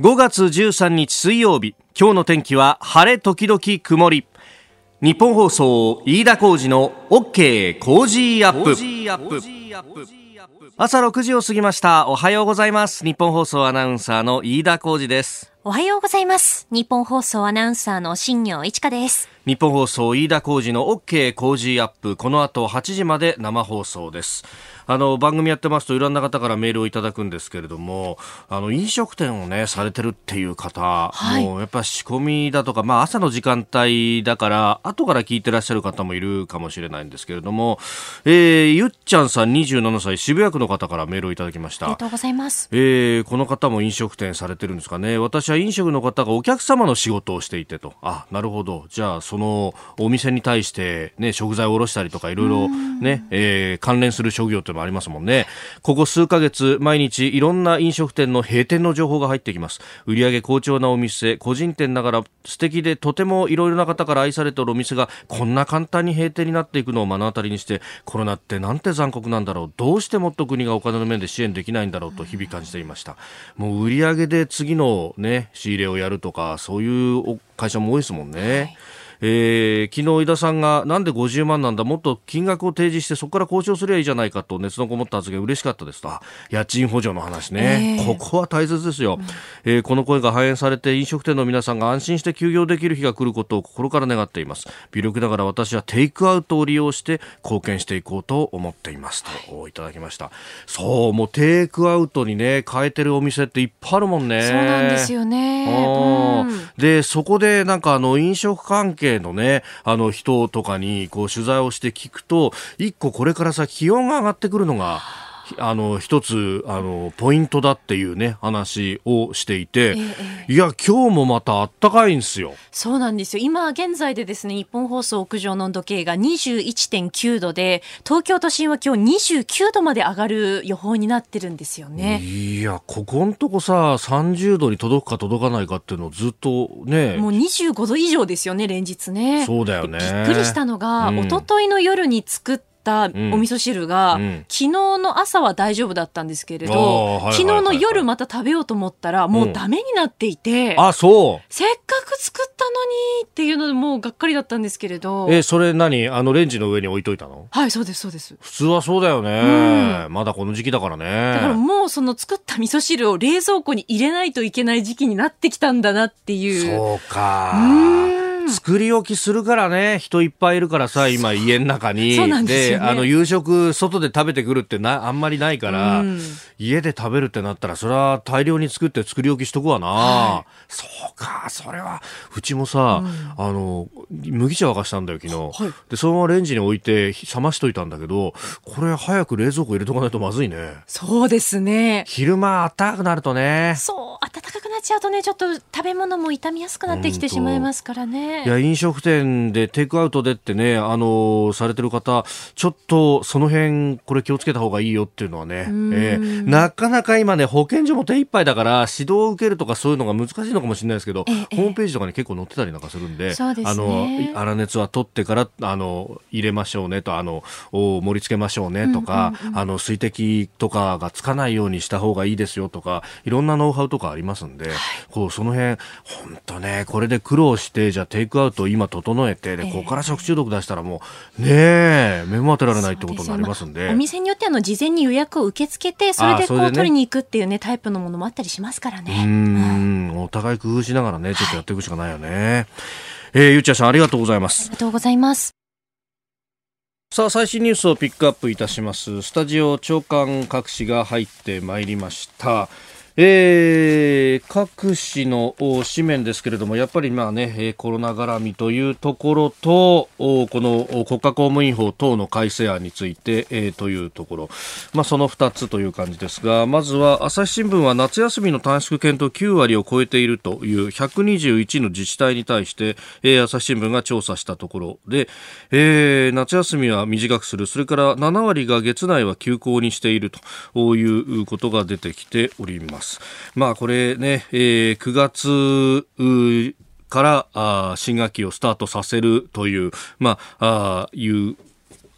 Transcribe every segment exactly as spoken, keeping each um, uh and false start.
ごがつじゅうさんにち水曜日、今日の天気は晴れ時々曇り。日本放送飯田浩司の OK 工事アップ。朝ろくじを過ぎました。おはようございます。日本放送アナウンサーの飯田浩司です。 おはようございます。日本放送アナウンサーの新業一華です。 日本放送飯田浩司の OK 工事アップ、この後はちじまで生放送です。あの番組やってますといろんな方からメールをいただくんですけれども、あの飲食店をねされてるっていう方、はい、もうやっぱ仕込みだとか、まあ、朝の時間帯だから後から聞いてらっしゃる方もいるかもしれないんですけれども、えー、ゆっちゃんさんにじゅうななさい、渋谷区の方からメールをいただきました。 ありがとうございます。 えー、この方も飲食店されてるんですかね。私は飲食の方がお客様の仕事をしていてと。あ、なるほど。じゃあそのお店に対して、ね、食材を卸したりとかいろいろね、えー、関連する職業っていうのもありますもんね。ここ数ヶ月毎日いろんな飲食店の閉店の情報が入ってきます。売上好調なお店、個人店ながら素敵でとてもいろいろな方から愛されているお店がこんな簡単に閉店になっていくのを目の当たりにして、コロナってなんて残酷なんだろう、どうしてもっと国がお金の面で支援できないんだろうと日々感じていました。もう売上で次の、ね、仕入れをやるとかそういう会社も多いですもんね。はい。えー、昨日井田さんがなんでごじゅうまんなんだ、もっと金額を提示してそこから交渉すればいいじゃないかと熱のこもった発言、嬉しかったですと。家賃補助の話ね、えー、ここは大切ですよ、うんえー、この声が反映されて飲食店の皆さんが安心して休業できる日が来ることを心から願っています。微力ながら私はテイクアウトを利用して貢献していこうと思っていますといただきました。そう、もうテイクアウトにね変えてるお店っていっぱいあるもんね。 そうなんですよね、 うん、でそこでなんかあの飲食関係のね、あの人とかにこう取材をして聞くと、一個これからさ気温が上がってくるのがあの一つあのポイントだっていうね話をしていて、ええ、いや今日もまたあったかいんですよ。 そうなんですよ。今現在でですね、日本放送屋上の温度計が にじゅういってんきゅうどで、東京都心は今日にじゅうきゅうどまで上がる予報になってるんですよね。 いやここんとこささんじゅうどに届くか届かないかっていうのをずっとね、 もうにじゅうごど以上ですよね、連日ね。 そうだよね。 びっくりしたのが、うん、一昨日の夜に作ったお味噌汁が、うん、昨日の朝は大丈夫だったんですけれど、はいはいはいはい、昨日の夜また食べようと思ったらもうダメになっていて、 うん、あ、そう。 せっかく作ったのにっていうのでもうがっかりだったんですけれど。 え、それ何、あのレンジの上に置いといたの？ はい、そうですそうです。 普通はそうだよね、うん、まだこの時期だからね。 だからもうその作った味噌汁を冷蔵庫に入れないといけない時期になってきたんだなっていう。 そうか、うん作り置きするからね、人いっぱいいるからさ今家の中に。 そうなんですよね。 であの夕食外で食べてくるってなあんまりないから、うん、家で食べるってなったらそれは大量に作って作り置きしとくわな、はい、そうか、それはうちもさ、うん、あの麦茶沸かしたんだよ昨日、はい、でそのままレンジに置いて冷ましといたんだけど、これ早く冷蔵庫入れとかないとまずいね。 そうですね。 昼間暖かくなるとね、 そう暖かくなっちゃうとね、ちょっと食べ物も傷みやすくなってきてしまいますからね。 いや飲食店でテイクアウトでってね、あのー、されてる方ちょっとその辺これ気をつけた方がいいよっていうのはね、えー、なかなか今ね保健所も手一杯だから指導を受けるとかそういうのが難しいのかもしれないですけど、ええ、ホームページとかに結構載ってたりなんかするん で, そうですね、あの粗熱は取ってからあの入れましょうねと、あの盛り付けましょうねとか、うんうんうん、あの水滴とかがつかないようにした方がいいですよとか、いろんなノウハウとかありますんで、はい、こうその辺本当ねこれで苦労してじゃあテイクアウトを今整えて、でここから食中毒出したらもうねえ目も当てられないってことになりますんで、 まあ、お店によってはの事前に予約を受け付けてそれでこうで、ね、取りに行くっていうねタイプのものもあったりしますからね。 うーん、うん、お互い工夫しながらねちょっとやっていくしかないよね、はい。えー、ゆっちゃさんありがとうございます。 ありがとうございます。 さあ最新ニュースをピックアップいたします。スタジオ長官各紙が入ってまいりました。えー、各紙の紙面ですけれども、やっぱりまあねコロナ絡みというところと、この国家公務員法等の改正案について、えー、というところ、まあ、そのふたつという感じですが、まずは朝日新聞は夏休みの短縮検討きゅうわりを超えているというひゃくにじゅういちの自治体に対して、えー、朝日新聞が調査したところで、えー、夏休みは短くする、それからななわりが月内は休校にしているということが出てきております。まあこれね、えー、くがつからあ新学期をスタートさせるという、まあ、あいう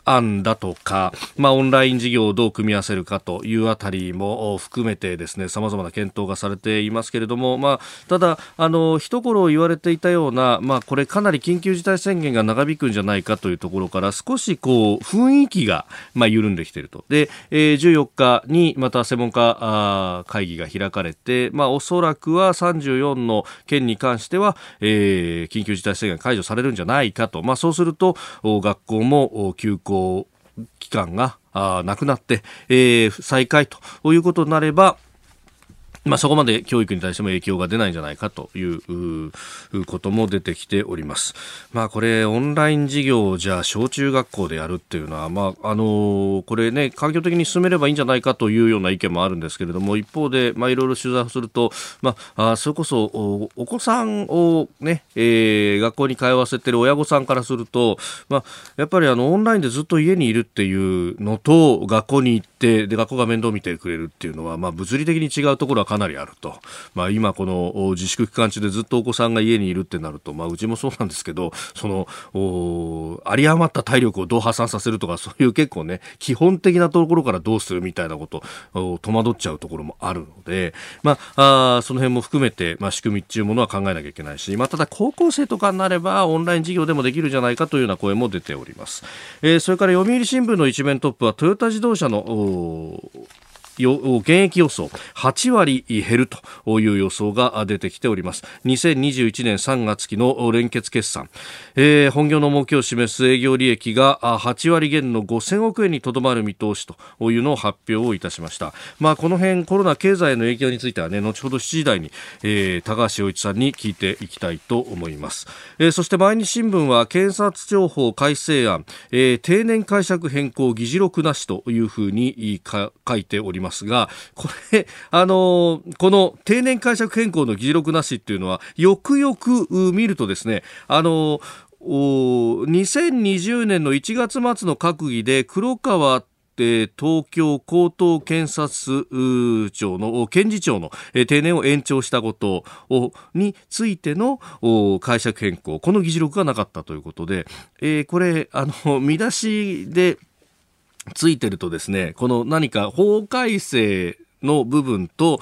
案だとか、まあ、オンライン事業をどう組み合わせるかというあたりも含めてですね、様々な検討がされていますけれども、まあ、ただあの一頃言われていたような、まあ、これかなり緊急事態宣言が長引くんじゃないかというところから少しこう雰囲気が、まあ、緩んできていると。で、えー、じゅうよっかにまた専門家あ会議が開かれて、まあ、おそらくはさんじゅうよんの県に関しては、えー、緊急事態宣言解除されるんじゃないかと。まあ、そうすると学校も休校期間がなくなって、えー、再開ということになれば、まあ、そこまで教育に対しても影響が出ないんじゃないかということも出てきております。まあ、これオンライン授業をじゃあ小中学校でやるっていうのは、まああのこれね環境的に進めればいいんじゃないかというような意見もあるんですけれども、一方でまあいろいろ取材をすると、まあ、あそれこそ お, お子さんをね、えー、学校に通わせている親御さんからすると、まあ、やっぱりあのオンラインでずっと家にいるっていうのと学校に行ってで学校が面倒見てくれるっていうのは、まあ、物理的に違うところはかなりあると。まあ、今この自粛期間中でずっとお子さんが家にいるってなると、まあ、うちもそうなんですけど、その有り余った体力をどう破産させるとか、そういう結構ね基本的なところからどうするみたいなことを戸惑っちゃうところもあるので、まあ、あその辺も含めて、まあ、仕組みっていうものは考えなきゃいけないし、まあ、ただ高校生とかになればオンライン授業でもできるじゃないかというような声も出ております。えー、それから読売新聞の一面トップはトヨタ自動車の減益予想はちわり減るという予想が出てきております。にせんにじゅういちねんさんがつ期の連結決算、えー、本業の儲けを示す営業利益がはちわり減のごせんおくえんにとどまる見通しというのを発表をいたしました。まあ、この辺コロナ経済への影響についてはね、後ほどしちじ台に、えー、高橋洋一さんに聞いていきたいと思います。えー、そして毎日新聞は検察庁法改正案、えー、定年解釈変更議事録なしというふうに書いておりますますが、これあのこの定年解釈変更の議事録なしっていうのはよくよく見るとですね、あのにせんにじゅうねんのいちがつ末の閣議で黒川東京高等検察庁の検事長の定年を延長したことについての解釈変更、この議事録がなかったということで、えー、これあの見出しでついてるとですね、この何か法改正の部分と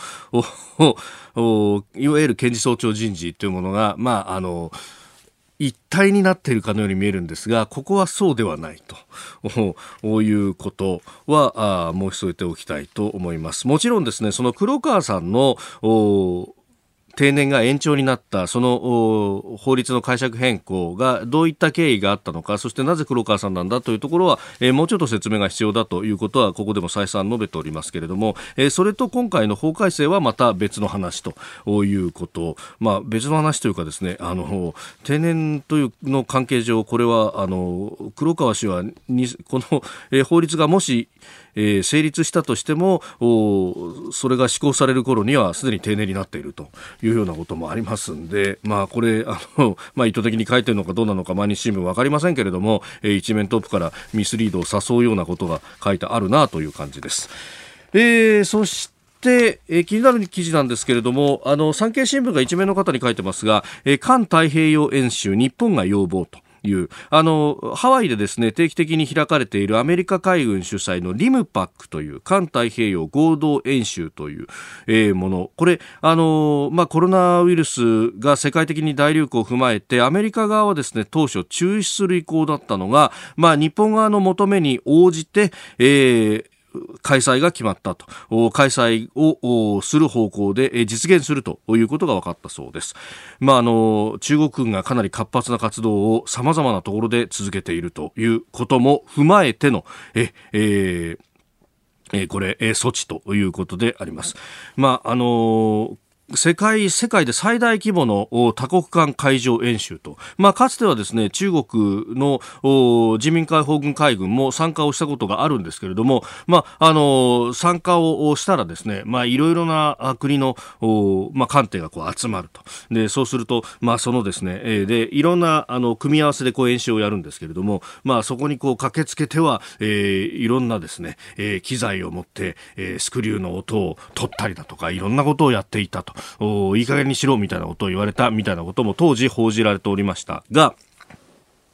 いわゆる検事総長人事というものが、まあ、あの一体になっているかのように見えるんですが、ここはそうではないということは申し添えておきたいと思います。もちろんですね、その黒川さんの定年が延長になったその法律の解釈変更がどういった経緯があったのか、そしてなぜ黒川さんなんだというところは、えー、もうちょっと説明が必要だということはここでも再三述べておりますけれども、えー、それと今回の法改正はまた別の話ということ、まあ、別の話というかですね、あの定年というの関係上、これはあの黒川氏はにこの、えー、法律がもしえー、成立したとしてもそれが施行される頃にはすでに定年になっているというようなこともありますんで、まあ、これあの、まあ、意図的に書いているのかどうなのか毎日新聞分かりませんけれども、えー、一面トップからミスリードを誘うようなことが書いてあるなという感じです。えー、そしてでえー、気になる記事なんですけれども、あの産経新聞が一面の方に書いてますが、えー、環太平洋演習日本が要望というあのハワイでですね定期的に開かれているアメリカ海軍主催のリムパックという環太平洋合同演習という、えー、もの、これあの、まあ、コロナウイルスが世界的に大流行を踏まえてアメリカ側はですね当初中止する意向だったのが、まあ、日本側の求めに応じて、えー開催が決まったと、開催をする方向で実現するということが分かったそうです。まあ、あの中国軍がかなり活発な活動をさまざまなところで続けているということも踏まえてのえ、えー、これ措置ということであります。まああの世界、世界で最大規模の多国間海上演習と、まあ、かつてはですね、中国の人民解放軍海軍も参加をしたことがあるんですけれども、まあ、あの、参加をしたらですね、まあ、いろいろな国の、まあ、艦艇がこう集まると。で、そうすると、まあ、そのですね、で、いろんな、あの、組み合わせでこう演習をやるんですけれども、まあ、そこにこう駆けつけては、えー、いろんなですね、えー、機材を持って、えー、スクリューの音を取ったりだとか、いろんなことをやっていたと。いい加減にしろみたいなことを言われたみたいなことも当時報じられておりましたが、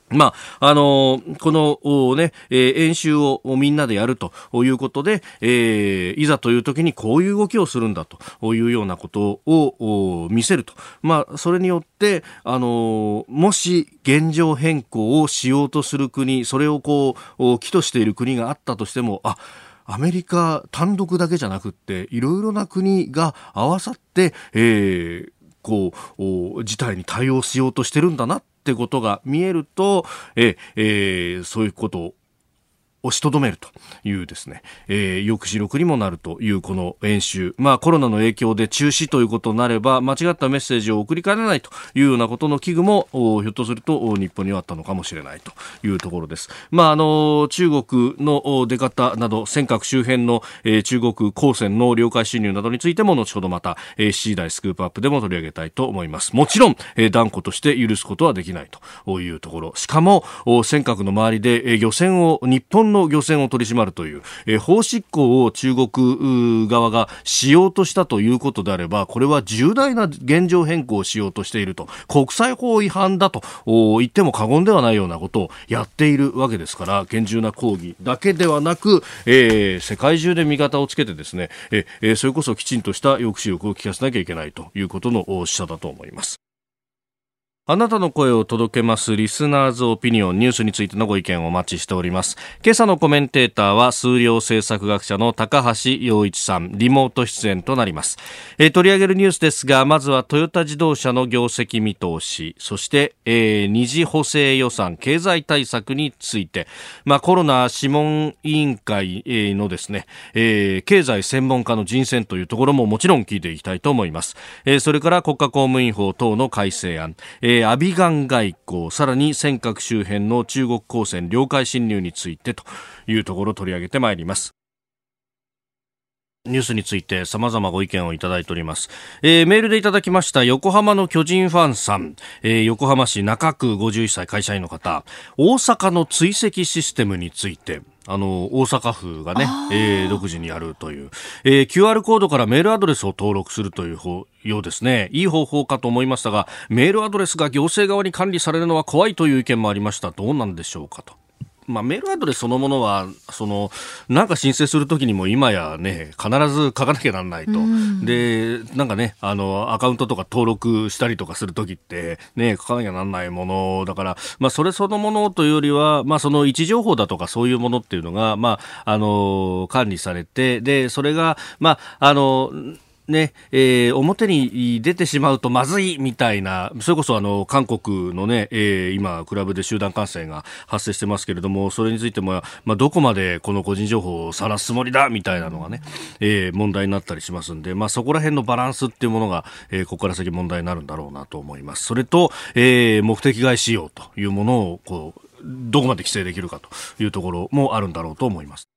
まあ、あのー、この、ね、えー、演習をみんなでやるということで、えー、いざという時にこういう動きをするんだというようなことを見せると。まあ、それによって、あのー、もし現状変更をしようとする国、それをこう、企図している国があったとしても、あ、アメリカ単独だけじゃなくって、いろいろな国が合わさって、えー、こう、事態に対応しようとしてるんだなってことが見えると、ええー、そういうことを押しとどめるというですね、えー、抑止力にもなるというこの演習、まあコロナの影響で中止ということになれば間違ったメッセージを送りかねないというようなことの危惧もひょっとすると日本にはあったのかもしれないというところです。まああの中国の出方など尖閣周辺の、えー、中国公船の領海侵入などについても後ほどまた、えー、しちじ台スクープアップでも取り上げたいと思います。もちろん、えー、断固として許すことはできないというところ、しかも尖閣の周りで、えー、漁船を日本の漁船を取り締まるという、えー、法執行を中国側がしようとしたということであれば、これは重大な現状変更をしようとしていると、国際法違反だと言っても過言ではないようなことをやっているわけですから、厳重な抗議だけではなく、えー、世界中で味方をつけてですね、えー、それこそきちんとした抑止力を効かせなきゃいけないということの示唆だと思います。あなたの声を届けますリスナーズオピニオン、ニュースについてのご意見をお待ちしております。今朝のコメンテーターは数量政策学者の高橋洋一さん、リモート出演となります。えー、取り上げるニュースですが、まずはトヨタ自動車の業績見通し、そして、えー、二次補正予算経済対策について、まあ、コロナ諮問委員会のですね、えー、経済専門家の人選というところももちろん聞いていきたいと思います。えー、それから国家公務員法等の改正案、えーアビガン外交、さらに尖閣周辺の中国公船領海侵入についてというところを取り上げてまいります。ニュースについて様々ご意見をいただいております。えー、メールでいただきました横浜の巨人ファンさん、えー、横浜市中区ごじゅういっさい会社員の方、大阪の追跡システムについて、あの大阪府がね、えー、独自にやるという、えー、キューアール コードからメールアドレスを登録するという方ようですね。いい方法かと思いましたが、メールアドレスが行政側に管理されるのは怖いという意見もありました。どうなんでしょうかと。まあ、メールアドレスそのものはそのなんか申請するときにも今やね必ず書かなきゃならないと、うん、でなんかねあのアカウントとか登録したりとかするときってね書かなきゃならないものだから、まあ、それそのものというよりは、まあ、その位置情報だとかそういうものっていうのが、まあ、あの管理されて、でそれがまああのねえー、表に出てしまうとまずいみたいな、それこそあの韓国のね、えー、今クラブで集団感染が発生してますけれども、それについても、まあ、どこまでこの個人情報を晒すつもりだみたいなのがね、えー、問題になったりしますんで、まあ、そこら辺のバランスっていうものが、えー、ここから先問題になるんだろうなと思います。それと、えー、目的外使用というものをこうどこまで規制できるかというところもあるんだろうと思います。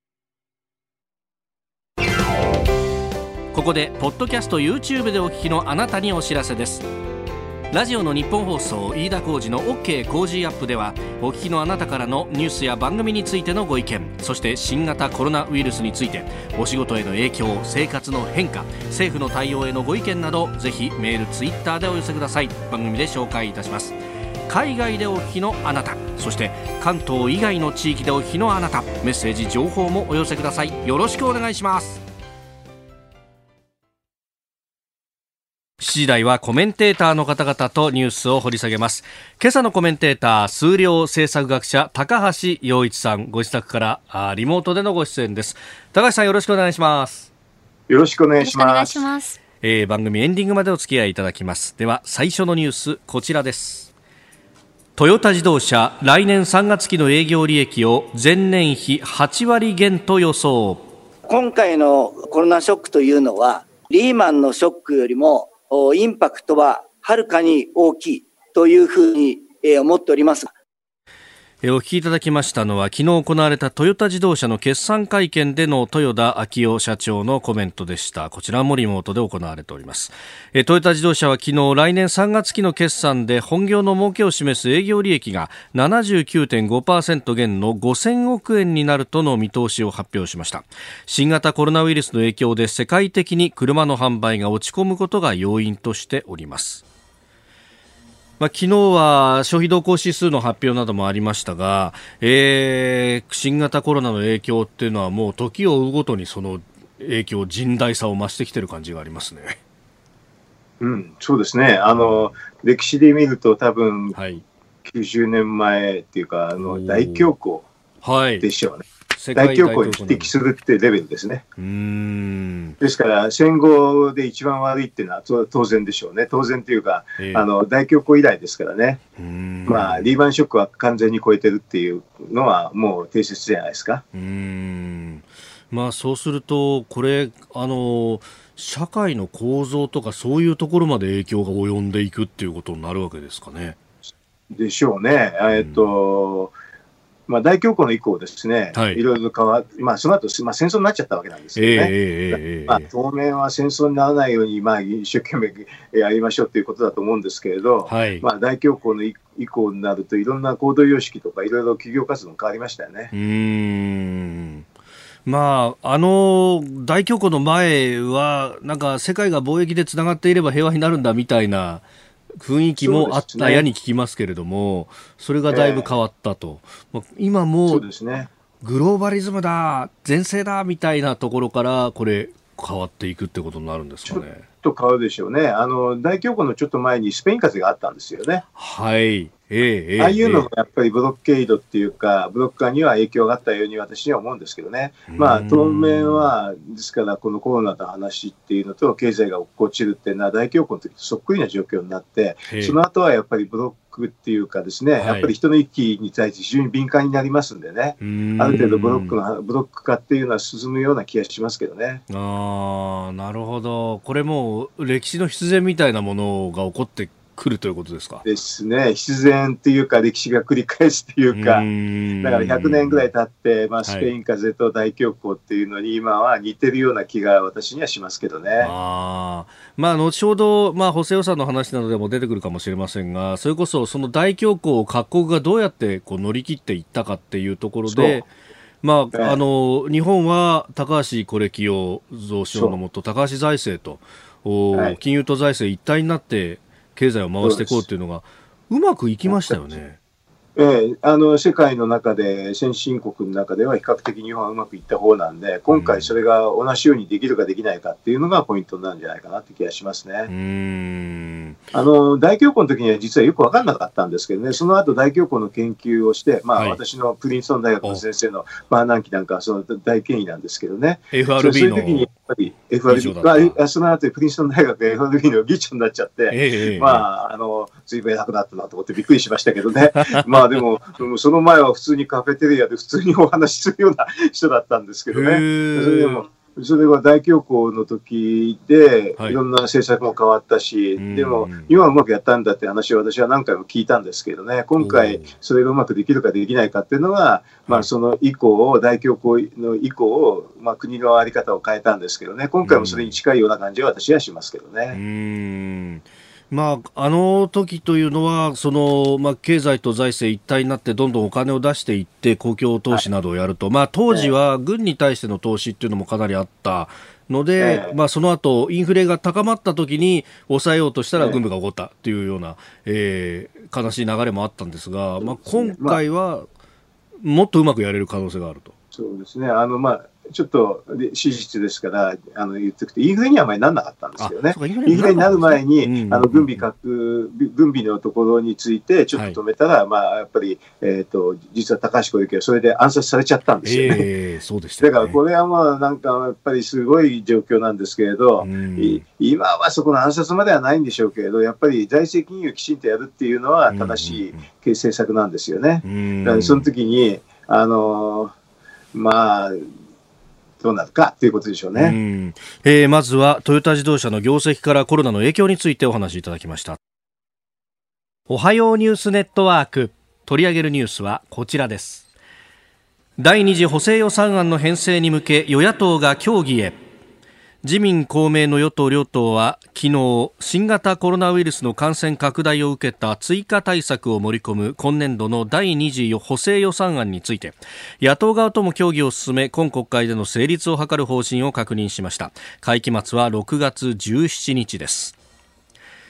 ここでポッドキャスト YouTube でお聞きのあなたにお知らせです。ラジオの日本放送飯田浩司の OK コージーアップでは、お聞きのあなたからのニュースや番組についてのご意見、そして新型コロナウイルスについて、お仕事への影響、生活の変化、政府の対応へのご意見など、ぜひメール、ツイッターでお寄せください。番組で紹介いたします。海外でお聞きのあなた、そして関東以外の地域でお聞きのあなた、メッセージ情報もお寄せください。よろしくお願いします。しちじ台はコメンテーターの方々とニュースを掘り下げます。今朝のコメンテーター、数量政策学者高橋洋一さん、ご自宅からあリモートでのご出演です。高橋さん、よろしくお願いします。 よろしくお願いします。ます、 えー、番組エンディングまでお付き合いいただきます。では最初のニュース、こちらです。トヨタ自動車、来年さんがつ期の営業利益を前年比はちわり減と予想。 今回のコロナショックというのはリーマンのショックよりもインパクトははるかに大きいというふうに思っております。 お聞きいただきましたのは、昨日行われたトヨタ自動車の決算会見での豊田章男社長のコメントでした。こちらもリモートで行われております。トヨタ自動車は昨日、来年さんがつ期の決算で本業の儲けを示す営業利益が ななじゅうきゅうてんごパーセント 減のごせんおくえんになるとの見通しを発表しました。新型コロナウイルスの影響で世界的に車の販売が落ち込むことが要因としております。 まあ、昨日は消費動向指数の発表などもありましたが、えー、新型コロナの影響っていうのはもう時を追うごとにその影響、甚大さを増してきてる感じがありますね。 うん、そうですね。あの歴史で見ると多分きゅうじゅうねんまえっていうか、あの大恐慌でしょうね。大恐慌に匹敵するってレベルですね。 うーん、 ですから戦後で一番悪いっていうのは当然でしょうね。当然というか、えー、あの大恐慌以来ですからね。うーん、まあ、リーマンショックは完全に超えてるっていうのはもう定説じゃないですか。 うーん、まあ、そうするとこれあの社会の構造とかそういうところまで影響が及んでいくっていうことになるわけですかね。 でしょうね。えっと、うん、まあ、大恐慌の以降ですね、はい、いろいろ変わって、まあ、その後、まあ、戦争になっちゃったわけなんですけどね。えーまあ、当面は戦争にならないように、まあ、一生懸命やりましょうということだと思うんですけれど、はい、まあ、大恐慌の以降になると、いろんな行動様式とか、いろいろ企業活動も変わりましたよね。 うーん、まあ、あの大恐慌の前は、なんか世界が貿易でつながっていれば平和になるんだみたいな雰囲気もあったやに聞きますけれども、それがだいぶ変わったと、えー、今もうグローバリズムだ、全盛だみたいなところからこれ変わっていくってことになるんですかね。 ちょっと変わるでしょうね。あの大恐慌のちょっと前にスペイン風邪があったんですよね。 はい、ええ、 ああいうのもやっぱりブロッケードっていうか、ブロッカーには影響があったように私には思うんですけどね。まあ、当面は、ですから、このコロナの話っていうのと、経済が落っこちるっていうのは、大恐慌の時とそっくりな状況になって、その後はやっぱりブロックっていうかですね、はい、やっぱり人の息に対して非常に敏感になりますんでね、ある程度ブロックの、ブロック化っていうのは進むような気がしますけどね。 ああ、なるほど。これもう歴史の必然みたいなものが起こって来るということですか。 ですね。必然っていうか歴史が繰り返すっていうか、うだからひゃくねんぐらい経って、まあ、スペイン風邪と大恐慌っていうのに今は似てるような気が私にはしますけどね。 あ、まあ、後ほど、まあ、補正予算の話などでも出てくるかもしれませんが、それこそその大恐慌を各国がどうやってこう乗り切っていったかっていうところで、まあ、あの日本は高橋是清蔵首相のもと高橋財政と、はい、金融と財政一体になって経済を回していこうというのがうまくいきましたよね。 ええ、あの世界の中で先進国の中では比較的日本はうまくいった方なんで、今回それが同じようにできるかできないかっていうのがポイントになるんじゃないかなって気がしますね。うーん、あの大恐慌の時には実はよく分からなかったんですけどね、その後大恐慌の研究をして、まあ、はい、私のプリンストン大学の先生のバーナンキなんかはその大権威なんですけどね、 エフアールビー のそういう時にやっぱり エフアールビー がその後プリンストン大学が エフアールビー の議長になっちゃって、ええ、まあ、あの随分偉くなったなと思ってびっくりしましたけどねまあでもその前は普通にカフェテリアで普通にお話しするような人だったんですけどね。それでもそれは大恐慌の時でいろんな政策も変わったし、はい、でも今はうまくやったんだって話を私は何回も聞いたんですけどね、今回それがうまくできるかできないかっていうのは、まあ、その以降大恐慌の以降、まあ、国の在り方を変えたんですけどね、今回もそれに近いような感じは私はしますけどね。うーん、まあ、あの時というのはその、まあ、経済と財政一体になってどんどんお金を出していって公共投資などをやると、はい、まあ、当時は軍に対しての投資っていうのもかなりあったので、えーまあ、その後インフレが高まった時に抑えようとしたら軍部が起こったというような、えー、悲しい流れもあったんですが、まあ、今回はもっとうまくやれる可能性があると。 そうですね。あの、まあちょっと史実ですからあの言っておくと、インフレにはあまりならなかったんですけどね。インフレになる前に、うんうん、あの軍備核軍備のところについてちょっと止めたら、はい、まあ、やっぱり、えーと、実は高橋小雪はそれで暗殺されちゃったんですよね。 えー、そうでしたね。 だからこれはまあなんかやっぱりすごい状況なんですけれど、うん、今はそこの暗殺まではないんでしょうけれど、やっぱり財政金融をきちんとやるっていうのは正しい政策なんですよね。うん、だからその時にあのまあどうなるかということでしょうね。うん、 えー、まずはトヨタ自動車の業績からコロナの影響についてお話しいただきました。おはようニュースネットワーク、取り上げるニュースはこちらです。第二次補正予算案の編成に向け与野党が協議へ。自民公明の与党両党は昨日、新型コロナウイルスの感染拡大を受けた追加対策を盛り込む今年度の第二次補正予算案について野党側とも協議を進め、今国会での成立を図る方針を確認しました。会期末はろくがつじゅうしちにちです。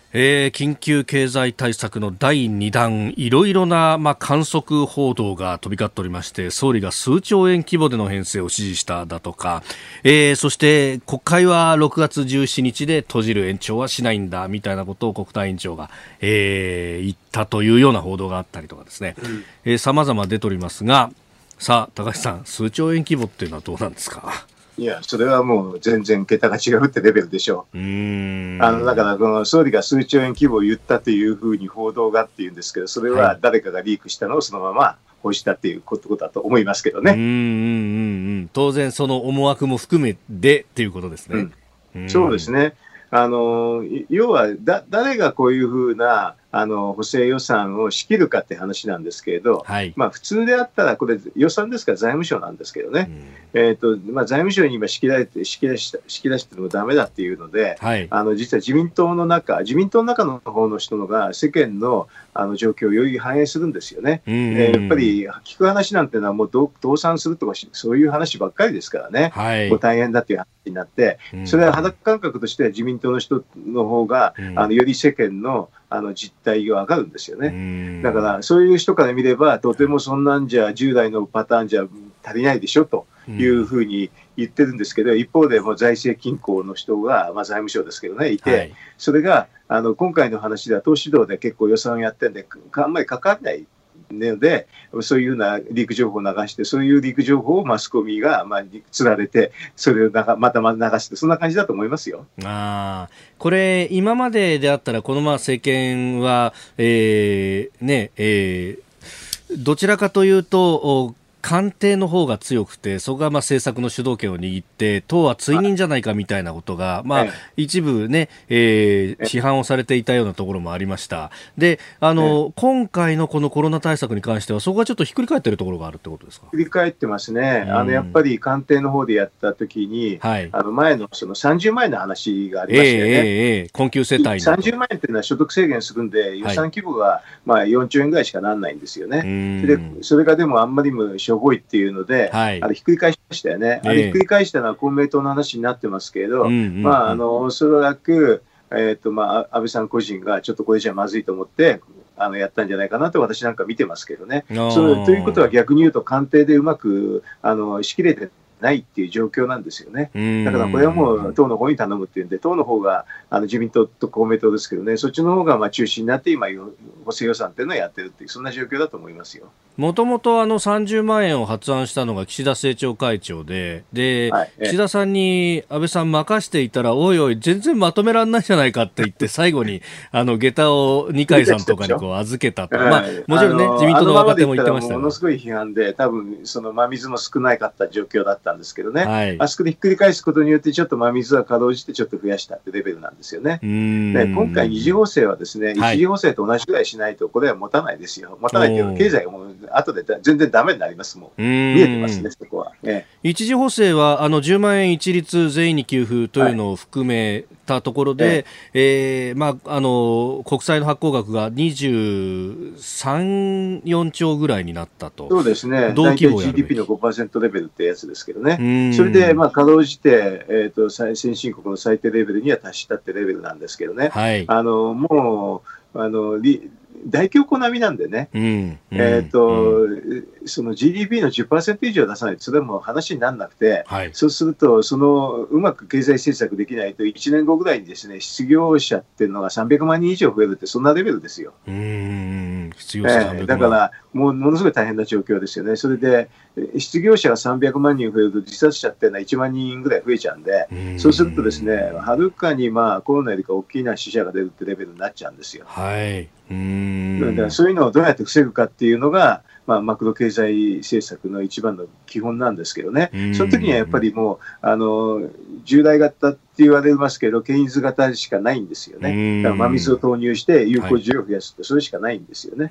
えー、緊急経済対策のだいに弾、いろいろな、まあ、観測報道が飛び交っておりまして、総理が数兆円規模での編成を指示しただとか、えー、そして国会はろくがつじゅうしちにちで閉じる、延長はしないんだみたいなことを国対委員長が、えー、言ったというような報道があったりとかですね、うんえー、様々出ておりますが、さあ高橋さん、数兆円規模っていうのはどうなんですか。 いや、それはもう全然桁が違うってレベルでしょう。うーんあのだからこの総理が数兆円規模を言ったというふうに報道がっていうんですけど、それは誰かがリークしたのをそのまま報じたっていうことだと思いますけどね。 うんうんうんうん、当然その思惑も含めてっていうことですね。 うん、そうですね。あの要はだ誰がこういうふうなあの補正予算を仕切るかって話なんですけれど、はいまあ、普通であったらこれ予算ですから財務省なんですけどね、うんえーとまあ、財務省に今仕切られて仕切らし仕切らしてもダメだっていうので、はい、あの実は自民党の中自民党の中の方の人のが世間のあの状況をより反映するんですよね。うんうんえー、やっぱり聞く話なんていうのはもう倒産するとかそういう話ばっかりですからね、はい、もう大変だっていう話になって、うん、それは肌感覚としては自民党の人の方が、うん、あのより世間のあの実態がわかるんですよね。だからそういう人から見ればとてもそんなんじゃ従来のパターンじゃ足りないでしょというふうに言ってるんですけど、一方でも財政均衡の人が、まあ、財務省ですけどねいて、はい、それがあの今回の話では党指導で結構予算をやってるんであんまりかからないので、そういうようなリーク情報を流して、そういうリーク情報をマスコミがまあつられて、それをまたまた流して、そんな感じだと思いますよ。 あこれ、今までであったら、このまあ政権は、えーねえー、どちらかというと、官邸の方が強くて、そこがまあ政策の主導権を握って党は追認じゃないかみたいなことが、まあ、一部ね、えー、批判をされていたようなところもありました。で、あの今回のこのコロナ対策に関してはそこがちょっとひっくり返っているところがあるってことですか。 ひっくり返ってますね。あのやっぱり官邸の方でやったときに、はい、あの前のそのさんじゅうまんえんの話がありましたよね。えーえー、 困窮世帯のさんじゅうまんえんっていうのは所得制限するんで、予算規模がまあよんちょうえんぐらいしかならないんですよね。でそれがでもあんまりもしょぼいっていうので、はい、あれひっくり返しましたよね。あれひっくり返したのは公明党の話になってますけれど、まああのおそらく、えーとまあ、安倍さん個人がちょっとこれじゃまずいと思ってあのやったんじゃないかなと私なんか見てますけどね。そうということは逆に言うと官邸でうまくあの仕切れてないっていう状況なんですよね。だからこれはもう党の方に頼むっていうんで、党の方があの自民党と公明党ですけどね、そっちの方がまあ中心になって今補正予算っていうのをやってるっていうそんな状況だと思いますよ。 もともとあのさんじゅうまんえんを発案したのが岸田政調会長で、で、はい、岸田さんに安倍さん任していたら、おいおい全然まとめらんないじゃないかって言って最後にあの下駄を二階さんとかにこう預けたと、まあ、もちろんね自民党の若手も言ってましたが、 ものすごい批判で多分その真水も少なかった状況だったんですけどね、はい、あそこでひっくり返すことによってちょっと真水はかろうじてちょっと増やしたってレベルなんですよね。で今回二次補正はですね、はい、一次補正と同じぐらいしないとこれは持たないですよ。持たないというか経済がもう後で全然ダメになります。もう見えてますね、そこは、ね、 一次補正はあのじゅうまんえん一律全員に給付というのを含めたところで、えええーまあ、あの国債の発行額がにじゅうさん、よんちょうぐらいになったと。 そうですね、大体 ジーディーピー の ごパーセント レベルってやつですけどね、それで、まあ、かろうじて、えーと、先進国の最低レベルには達したってレベルなんですけどね、はい、あのもうあの大恐慌並みなんでね、うんうんえーとうん、その ジーディーピー の じゅっパーセント 以上出さないとそれはもう話にならなくて、はい、そうするとそのうまく経済政策できないといちねんごぐらいにですね失業者っていうのがさんびゃくまんにん以上増えるってそんなレベルですよ。うーん失業者さんびゃくまん、えー、だからもうものすごい大変な状況ですよね。それで失業者がさんびゃくまんにん増えると自殺者っていうのはいちまんにんぐらい増えちゃうんで、うんそうするとですねはるかにまあコロナよりか大きな死者が出るってレベルになっちゃうんですよ。はいうんだからそういうのをどうやって防ぐかっていうのが、まあ、マクロ経済政策の一番の基本なんですけどね、その時にはやっぱりもうあの従来型って言われますけどケインズ型しかないんですよね。だから真水を投入して有効需要を増やすってそれしかないんですよね、はい、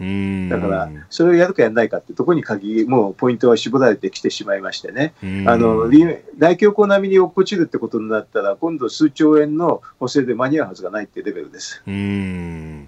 だからそれをやるかやらないかってところに鍵もうポイントは絞られてきてしまいましてね、あの大恐慌並みに落っこちるってことになったら今度数兆円の補正で間に合うはずがないっていうレベルです。 うーん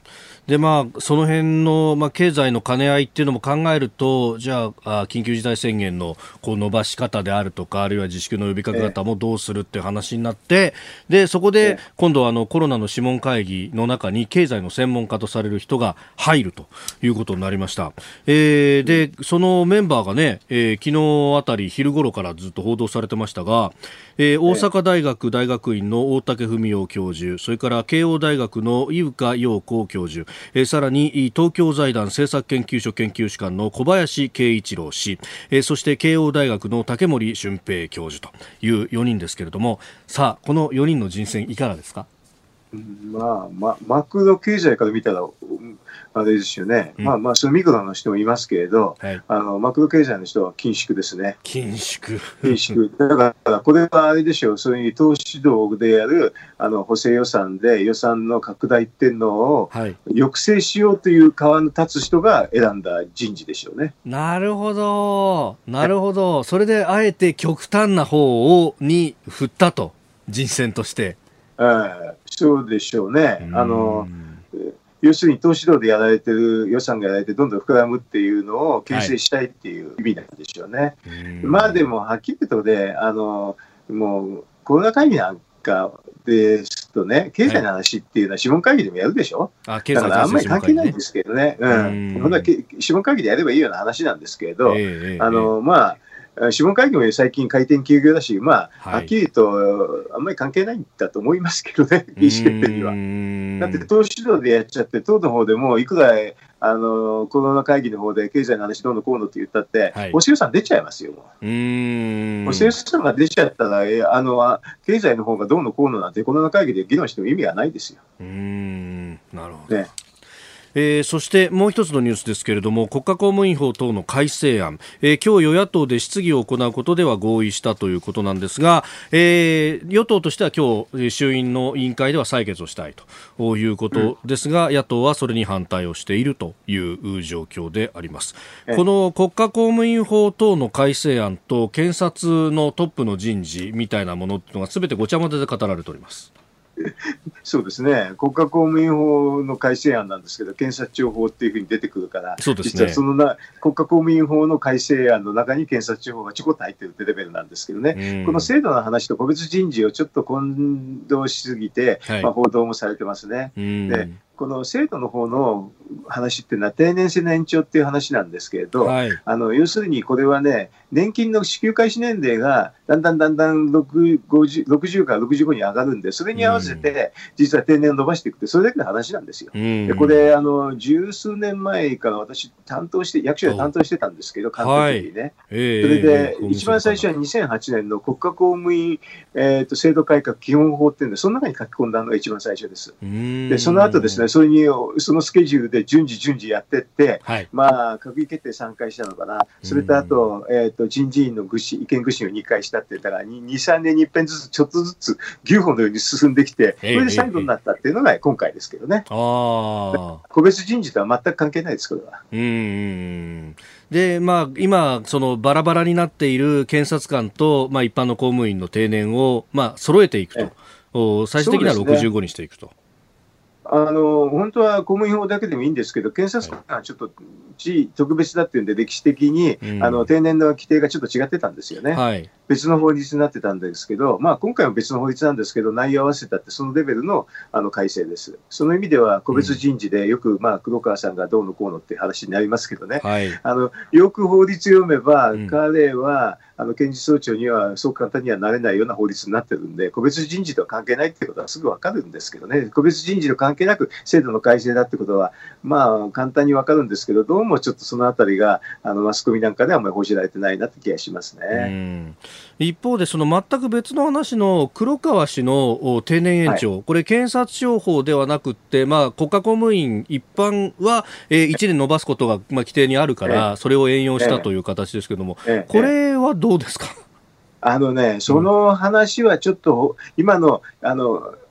でまあ、その辺の、まあ、経済の兼ね合いっていうのも考えると、じゃあ、あ緊急事態宣言のこう伸ばし方であるとか、あるいは自粛の呼びかけ方もどうするっていう話になって、でそこで今度はあのコロナの諮問会議の中に経済の専門家とされる人が入るということになりました。えー、でそのメンバーがね、えー、昨日あたり昼頃からずっと報道されてましたが、えー、大阪大学大学院の大竹文雄教授、それから慶応大学の井深陽子教授、えー、さらに東京財団政策研究所研究主幹の小林慶一郎氏、えー、そして慶応大学の竹森俊平教授というよにんですけれども、さあこのよにんの人選いかがですか？ まあ、ま、マクロ経済から見たら、あれですよね。うん、まあまあ、そのミクロの人もいますけれど、はい、あの、マクロ経済の人は緊縮ですね。 緊縮。 緊縮。だから、これはあれでしょう、そういう投資道具でやる、あの、補正予算で予算の拡大っていうのを、抑制しようという側の立つ人が選んだ人事でしょうね。 なるほど。なるほど。それで、あえて極端な方を、に振ったと。人選として。 えー、そうでしょうね。あの、要するに投資道でやられてる予算がやられてどんどん膨らむっていうのを形成したいっていう意味なんでしょうね。はい、まあでもはっきり言うとね、あのもうコロナ会議なんかですとね、経済の話っていうのは諮問会議でもやるでしょ。あ、だからあんまり関係ないんですけどね。うん。本当は諮問会議でやればいいような話なんですけれど、えー、あのまあ。諮問会議も最近回転休業だし、まあ、はっきりとあんまり関係ないんだと思いますけどね、意思決定には。だって党指導でやっちゃって、党の方でもいくらあのコロナ会議の方で経済の話どうのこうのって言ったって、はい、補正予算出ちゃいますよ、もう。うーん補正予算が出ちゃったら、あの経済の方がどうのこうのなんてコロナ会議で議論しても意味がないですよ。 うーんなるほど。ねえー、そしてもう一つのニュースですけれども、国家公務員法等の改正案、えー、今日与野党で質疑を行うことでは合意したということなんですが、えー、与党としては今日衆院の委員会では採決をしたいということですが、うん、野党はそれに反対をしているという状況であります。この国家公務員法等の改正案と検察のトップの人事みたいなものというのが全てごちゃ混ぜで語られております。 そうですね、国家公務員法の改正案なんですけど、検察庁法っていうふうに出てくるから、そうですね、実はそのな国家公務員法の改正案の中に検察庁法がちょこっと入ってるってレベルなんですけどね、この制度の話と個別人事をちょっと混同しすぎて、はい、まあ、報道もされてますね。でこの制度の方の話っていうのは定年制の延長っていう話なんですけれど、はい、あの要するにこれはね、年金の支給開始年齢がだんだんだんだんろくじゅうからろくじゅうごに上がるんで、それに合わせて実は定年を伸ばしていくって、それだけの話なんですよ。でこれあの十数年前から私担当して役所で担当してたんですけど、官邸的にね、はいえー、それで一番最初はにせんはちねんの国家公務員、えー、と制度改革基本法っていうので、その中に書き込んだのが一番最初です。でその後ですね、それにそのスケジュールで順次順次やっていって、はい、まあ閣議決定さんかいしたのかな、それとあと、えー、と人事院の具志意見具志をにかいしたって言ったら、に、さんねんに一遍ずつちょっとずつ牛歩のように進んできて、これで最後になったっていうのが今回ですけどね。あ個別人事とは全く関係ないです、これは。うんでまあ、今そのバラバラになっている検察官と、まあ、一般の公務員の定年を、まあ、揃えていくと、最終的にはろくじゅうごにしていくと。 あの本当は公務員法だけでもいいんですけど、検察官はちょっと地位特別だっていうんで、歴史的に、うん、あの定年の規定がちょっと違ってたんですよね。はい、別の法律になってたんですけど、まあ、今回も別の法律なんですけど、内容を合わせたってそのレベルの、あの改正です。その意味では個別人事でよく、まあ、黒川さんがどうのこうのって話になりますけどね、はい、あのよく法律読めば、うん、彼はあの検事総長にはそう簡単にはなれないような法律になってるんで、個別人事とは関係ないってことはすぐ分かるんですけどね、個別人事と関係なく制度の改正だってことは、まあ、簡単に分かるんですけど、どうもちょっとそのあたりがあのマスコミなんかではあんまり報じられてないなって気がしますね。うん、 一方で、その全く別の話の黒川氏の定年延長、はい、これ検察庁法ではなくって、まあ、国家公務員一般は、えー、いちねん延ばすことが、まあ、規定にあるから、えー、それを援用したという形ですけれども、えー、これはどうですか？ あのね、その話はちょっと、うん、今の、あの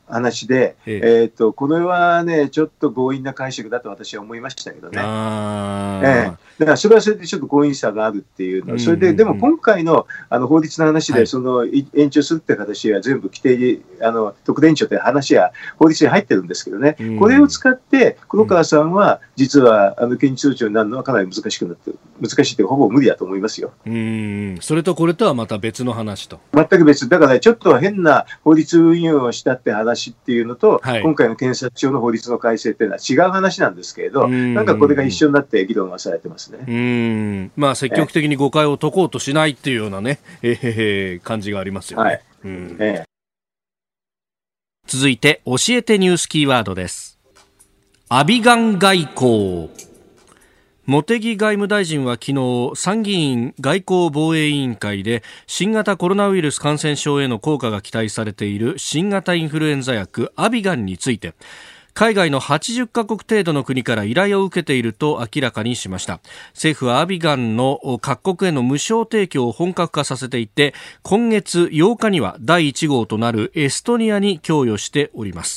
話で、えええー、とこれはね、ちょっと強引な解釈だと私は思いましたけどね。あ、ええ、だからそれはそれでちょっと強引さがあるっていうの、それで、でも今回のあの法律の話で、その延長するって形は全部規定、あの特例延長って話は法律に入ってるんですけどね、これを使って黒川さんは実はあの検事総長になるのはかなり難しくなってる、難しいというかほぼ無理だと思いますよ。 うん、それとこれとはまた別の話と。 全く別だから、ちょっと変な法律運用をしたって話っていうのと、はい、今回の検察庁の法律の改正っていうのは違う話なんですけれど、なんかこれが一緒になって議論はされてますね。 うん、まあ、積極的に誤解を解こうとしないっていうようなね、えー、感じがありますよね。はい、うん、ええ、続いて教えてニュースキーワードです。アビガン外交。茂木外務大臣は昨日、参議院外交防衛委員会で新型コロナウイルス感染症への効果が期待されている新型インフルエンザ薬アビガンについて、海外のはちじゅっかこく程度の国から依頼を受けていると明らかにしました。政府はアビガンの各国への無償提供を本格化させていて、今月ようかにはだいいち号となるエストニアに供与しております。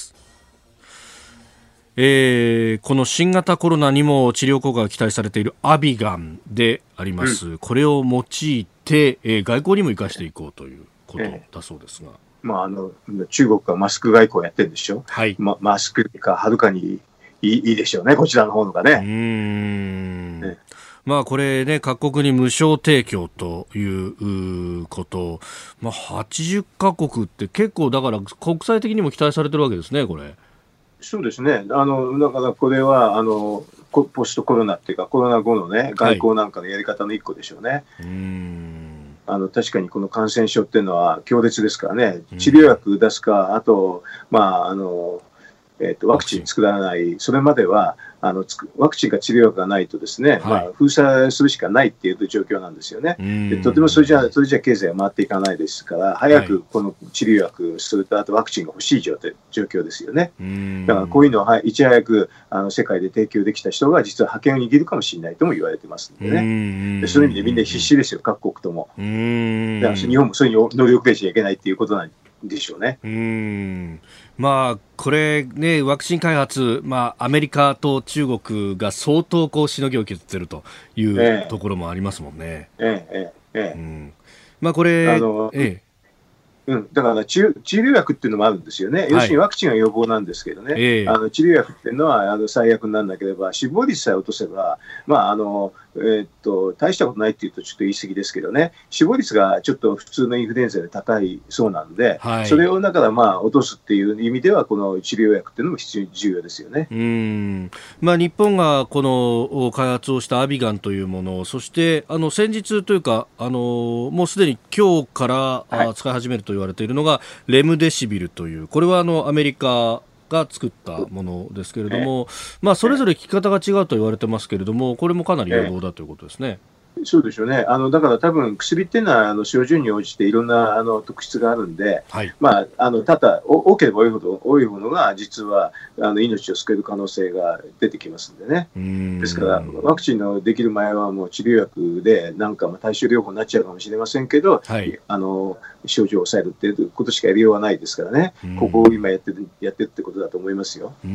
えー、この新型コロナにも治療効果が期待されているアビガンであります、うん、これを用いて、えー、外交にも生かしていこうということだそうですが、えーまあ、あの中国はマスク外交やってるんでしょ、はいま、マスクかはるかにいい、いいでしょうね、こちらの方のがね。うーん、ね、まあ、これね、各国に無償提供ということ、まあ、はちじゅっかこくって結構だから国際的にも期待されてるわけですね、これ。 そうですね。あの、だからこれは、あの、ポストコロナっていうか、コロナ後のね、外交なんかのやり方の一個でしょうね。はい、うーん、あの、確かにこの感染症っていうのは強烈ですからね、治療薬出すか、あと、まあ、あの、えっと、ワクチン作らない、それまでは、あの、ワクチンか治療薬がないとですね、はい、まあ、封鎖するしかないっていう状況なんですよね。でとてもそれじゃ、それじゃ経済が回っていかないですから、早くこの治療薬、それとあとワクチンが欲しい状況ですよね。だからこういうのをいち早くあの世界で提供できた人が実は覇権を握るかもしれないとも言われてますんでね。でそういう意味でみんな必死ですよ、各国とも。だから日本もそれに乗り遅れちゃいけないっていうことなんでしょうね。 うーん、まあ、これね、ワクチン開発、まあ、アメリカと中国が相当こうしのぎを削っているというところもありますもんね。 ええええええ、うん、 まあ、これ、あの、ええ、 うん、だから治療薬っていうのもあるんですよね。要するにワクチンは予防なんですけどね、はい、あの治療薬っていうのはあの最悪にならなければ死亡率さえ落とせば、まああのえー、っと大したことないっていうとちょっと言い過ぎですけどね、死亡率がちょっと普通のインフルエンザで高いそうなんで、はい、それをだからまあ落とすっていう意味ではこの治療薬っていうのも必要重要ですよね。 うーん、まあ、日本がこの開発をしたアビガンというもの、そしてあの先日というかあのもうすでに今日から、はい、使い始めると言われているのがレムデシビルという、これはあのアメリカが作ったものですけれども、まあ、それぞれ効き方が違うと言われてますけれども、これもかなり有望だということですね。 そうでしょうね。あのだから多分薬っていうのはあの症状に応じていろんなあの特質があるんで、はい、まあ、あのただ多ければ多いほど多いものが実はあの命を救える可能性が出てきますんでね。うんですからワクチンのできる前はもう治療薬でなんかまあ対症療法になっちゃうかもしれませんけど、はい、あの症状を抑えるっていうことしかやりようがないですからね。ここを今やってるやってるってことだと思いますよ。 うん、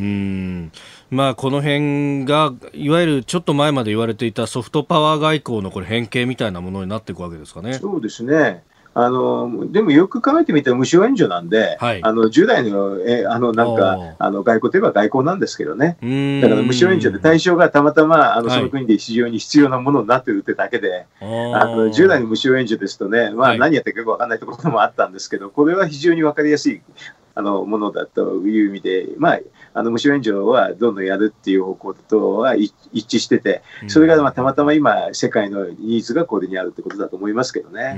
まあ、この辺がいわゆるちょっと前まで言われていたソフトパワー外交のこれ変形みたいなものになっていくわけですかね。 そうですね。あのでもよく考えてみたら無償援助なんで、はい、あの従来のえあのなんかあの外交といえば外交なんですけどね。だから無償援助で対象がたまたまあのその国で非常に必要なものになっているってだけで、はい、あの従来の無償援助ですとね、まあ、何やってるかよく分からないところもあったんですけど、これは非常に分かりやすいあのものだという意味で、まあ、あの無償援助はどんどんやるっていう方向とは一致してて、それがまあたまたま今世界のニーズがこれにあるってことだと思いますけどね。 うん、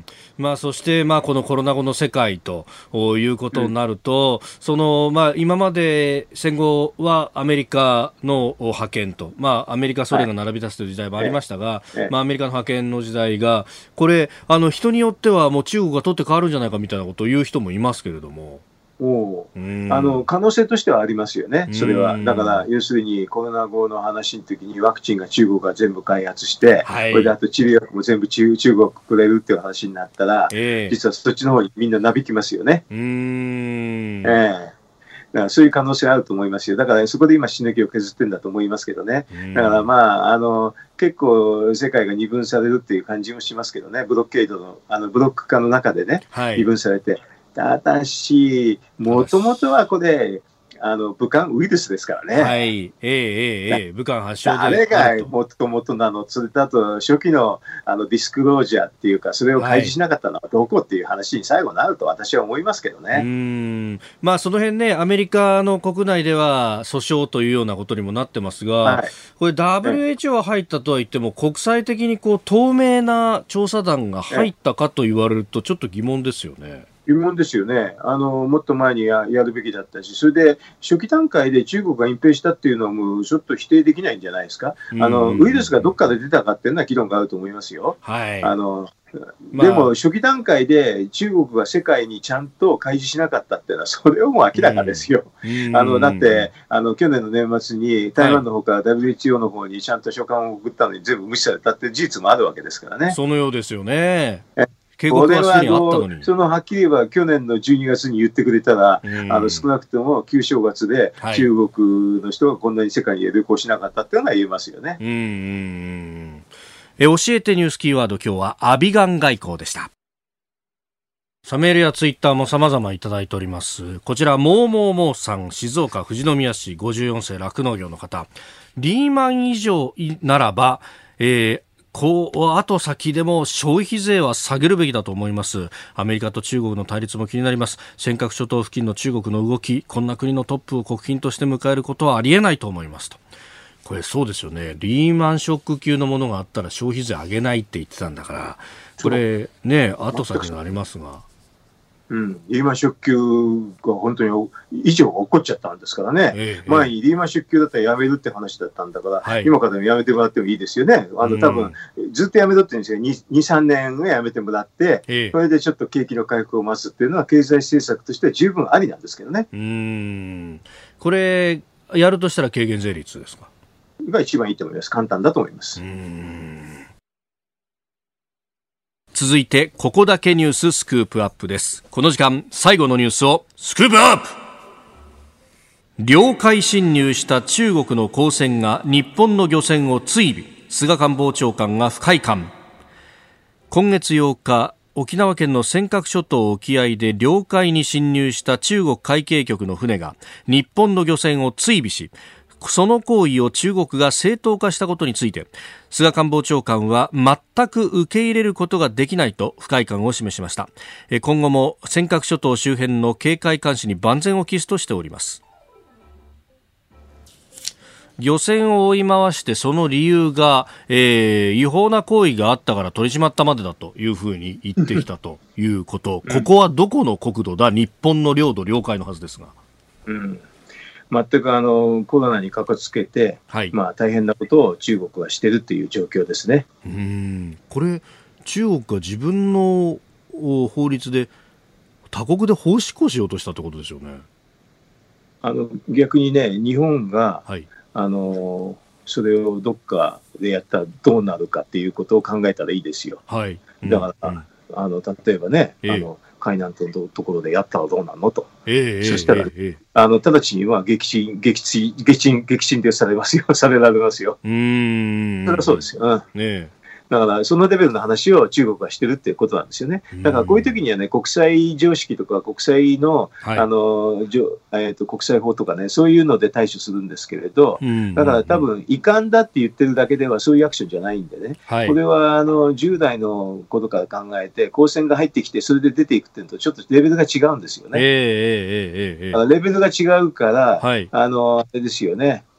まあ、そしてまあこのコロナ後の世界ということになると、うん、そのまあ今まで戦後はアメリカの覇権と、まあ、アメリカソ連が並び立つという時代もありましたが、はいええまあ、アメリカの覇権の時代がこれあの人によってはもう中国が取って変わるんじゃないかみたいなことを言う人もいますけれども、 おあの可能性としてはありますよね、それは。だから、要するにコロナ後の話の時にワクチンが中国が全部開発して、はい、これであと治療薬も全部中, 中国くれるっていう話になったら、えー、実はそっちの方にみんななびきますよね。うーん、えーだからそういう可能性あると思いますよ。だから、ね、そこで今、しのぎを削ってるんだと思いますけどね。だから、まあ、あの結構、世界が二分されるっていう感じもしますけどね、ブロッケードの、あのブロック化の中でね、はい、二分されて。ただし、もともとはこれ、あの武漢ウイルスですからね。はい、えー、えー、えー、武漢発症であれがもともとなの、それだと初期のあのディスクロージャーっていうか、それを開示しなかったのはどこっていう話に最後なると私は思いますけどね。うーん、まあ、その辺ね、アメリカの国内では訴訟というようなことにもなってますが、はい、これ ダブリューエイチオー は入ったとは言っても、国際的にこう透明な調査団が入ったかと言われるとちょっと疑問ですよね。 疑問ですよね。あのもっと前に や, やるべきだったし、それで初期段階で中国が隠蔽したっていうのはもうちょっと否定できないんじゃないですか。あのウイルスがどっかで出たかっていうのは議論があると思いますよ。はい、あのでも初期段階で中国が世界にちゃんと開示しなかったっていうのはそれはもう明らかですよ。あのだってあの去年の年末に台湾の方から ダブリューエイチオー の方にちゃんと書簡を送ったのに全部無視されたっていう事実もあるわけですからね。 そのようですよね。 警告はすでにあったのに。そのはっきり言えば去年のじゅうにがつに言ってくれたら、あの少なくとも旧正月で中国の人がこんなに世界に旅行しなかったっていうのは言えますよね。うんうんうん、 え教えてニュースキーワード、今日はアビガン外交でした。さメールやツイッターも様々いただいております。こちらモーモーモーさん、静岡富士宮市ごじゅうよんせい酪農業の方。リーマン以上ならば、えーこう後先でも消費税は下げるべきだと思います。アメリカと中国の対立も気になります。尖閣諸島付近の中国の動き、こんな国のトップを国賓として迎えることはありえないと思いますと。これそうですよね。リーマンショック級のものがあったら消費税上げないって言ってたんだから、これね後先がありますが、 うん、リーマンショック級が本当に以上起こっちゃったんですからね、ええ、前にリーマンショック級だったらやめるって話だったんだから、はい、今からでもやめてもらってもいいですよね。あの多分、うん、ずっとやめろって言うんですよ。に、に、さんねんはやめてもらって、ええ、それでちょっと景気の回復を待つっていうのは経済政策としては十分ありなんですけどね。 うーん、これやるとしたら軽減税率ですか？ が一番いいと思います。簡単だと思います。うーん、続いてここだけニューススクープアップです。この時間最後のニュースをスクープアップ。領海侵入した中国の公船が日本の漁船を追尾、菅官房長官が不快感。今月ようか、沖縄県の尖閣諸島沖合で領海に侵入した中国海警局の船が日本の漁船を追尾し、その行為を中国が正当化したことについて、菅官房長官は全く受け入れることができないと不快感を示しました。今後も尖閣諸島周辺の警戒監視に万全を期すとしております。漁船を追い回してその理由が、えー、違法な行為があったから取り締まったまでだというふうに言ってきたということここはどこの国土だ？日本の領土領海のはずですが、 うん、全くあのコロナにかこつけて、はい、まあ、大変なことを中国はしているという状況ですね。 うーん、これ中国が自分の法律で他国で法施行しようとしたってことですよね。 あの逆にね、日本が、はい、あのそれをどっかでやったらどうなるかっていうことを考えたらいいですよ。はい、だから、うん、あの例えばね、えー、あの海南島のところでやったらどうなのと、えー、そしたら、えー、あの直ちには撃沈撃沈撃沈撃沈でされますよされられますよ。うーん、それはそうですよ。うん、ね、だからそのレベルの話を中国はしてるっていうことなんですよね。だからこういう時にはね、国際常識とか国際の、はい、あのじょ、えーと、国際法とかね、そういうので対処するんですけれど、だから多分遺憾だって言ってるだけではそういうアクションじゃないんでね、はい、これはあのじゅう代のことから考えて公船が入ってきてそれで出ていくっていうのとちょっとレベルが違うんですよね。えーえーえーえー、レベルが違うから、はい、あのあれですよね。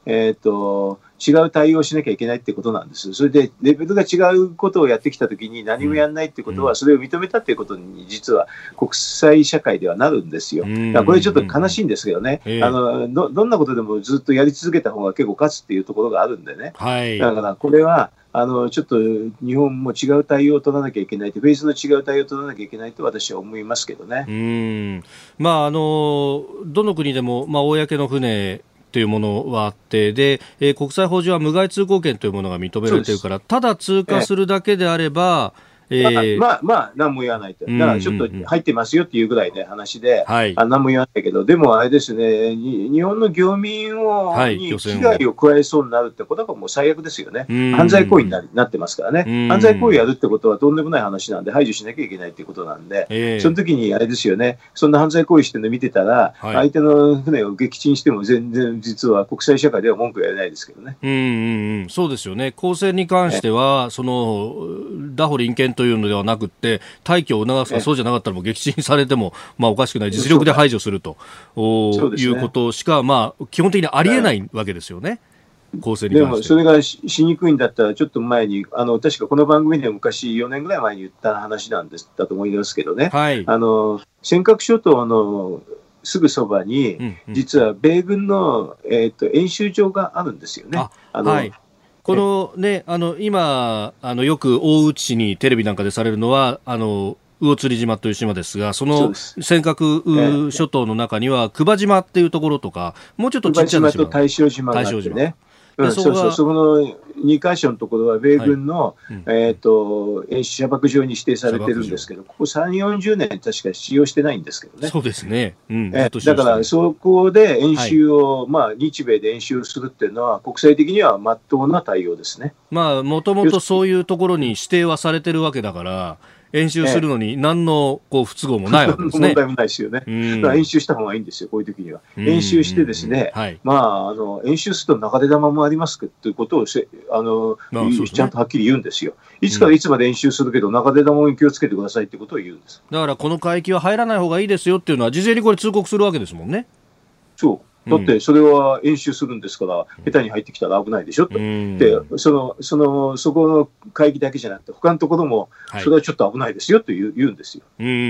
えーと、違う対応をしなきゃいけないってことなんです。それでレベルが違うことをやってきたときに何もやらないってことは、それを認めたっていうことに実は国際社会ではなるんですよ。だからこれちょっと悲しいんですけどね、あの ど, どんなことでもずっとやり続けた方が結構勝つっていうところがあるんでね、はい、だからこれはあのちょっと日本も違う対応を取らなきゃいけない、フェーズの違う対応を取らなきゃいけないと私は思いますけどね。 うーん、まあ、あのどの国でも、まあ、公の船というものはあって、で、えー、国際法上は無害通行権というものが認められているから、ただ通過するだけであれば、えー、 まあ、まあ、まあ、何も言わないと。だからちょっと入ってますよっていうぐらいの話で、はい、あ何も言わないけど、でもあれですね、日本の漁民を、はい、に危害を加えそうになるってことがもう最悪ですよね。犯罪行為に な, なってますからね。犯罪行為やるってことはとんでもない話なんで、排除しなきゃいけないっていうことなんで、えー、その時にあれですよね、そんな犯罪行為してるの見てたら、はい、相手の船を撃沈しても全然実は国際社会では文句言われないですけどね。 うんうんうん、そうですよね。公船に関しては、その、拿捕臨検というのではなくて退去を促すか、そうじゃなかったらもう撃沈されても、まあ、おかしくない実力で排除するということしか、まあ、基本的にありえないわけですよね。公正に関して。 でもそれが し, しにくいんだったらちょっと前にあの確かこの番組では昔よねんぐらい前に言った話なんですだと思いますけどね、はい、あの尖閣諸島のすぐそばに、うんうん、実は米軍の、えー、と演習場があるんですよね。ああの、はい、 このね、あの今あのよく大内市にテレビなんかでされるのはあの魚釣島という島ですが、その尖閣諸島の中には久場島っていうところとか、もうちょっとちっちゃな島、 久場島と大正島があってね、うん、そうそう、そこのにか所のところは米軍の、はい、うん、えー、と演習射爆場に指定されてるんですけど、ここさんじゅう、よんじゅうねん確か使用してないんですけどね。 そうですね、うん、 えー、だからそこで演習を、はい、まあ、日米で演習するっていうのは国際的には真っ当な対応ですね。 まあ、もともとそういうところに指定はされてるわけだから演習するのに何のこう不都合もないわけですね。 問題もないですよね。だから演習した方がいいんですよ、こういう時には。演習してですね、はい、まあ、あの演習すると中出玉もありますということをせあの、まあね、ちゃんとはっきり言うんですよ。いつからいつまで演習するけど、うん、中出玉に気をつけてくださいということを言うんです。 だからこの海域は入らない方がいいですよっていうのは事前にこれ通告するわけですもんね。 そうだってそれは演習するんですから、うん、下手に入ってきたら危ないでしょと、うん、でそのそのそこの海域だけじゃなくて他のところもそれはちょっと危ないですよと言う、言うんですよ。うんうんうん、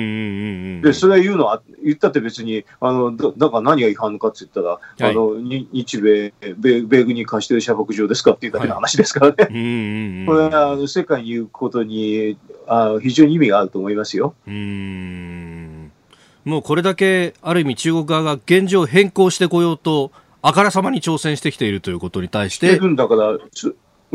でそれは言うのは言ったって別にあのだだから何が違反かって言ったら、はい、あの日米米米軍に貸している射爆場ですかっていうだけの話ですからね、はい、うんうんうん、これは世界に言うことにあ非常に意味があると思いますよ。うーん、もうこれだけある意味中国側が現状を変更してこようとあからさまに挑戦してきているということに対してしてるんだから、うん、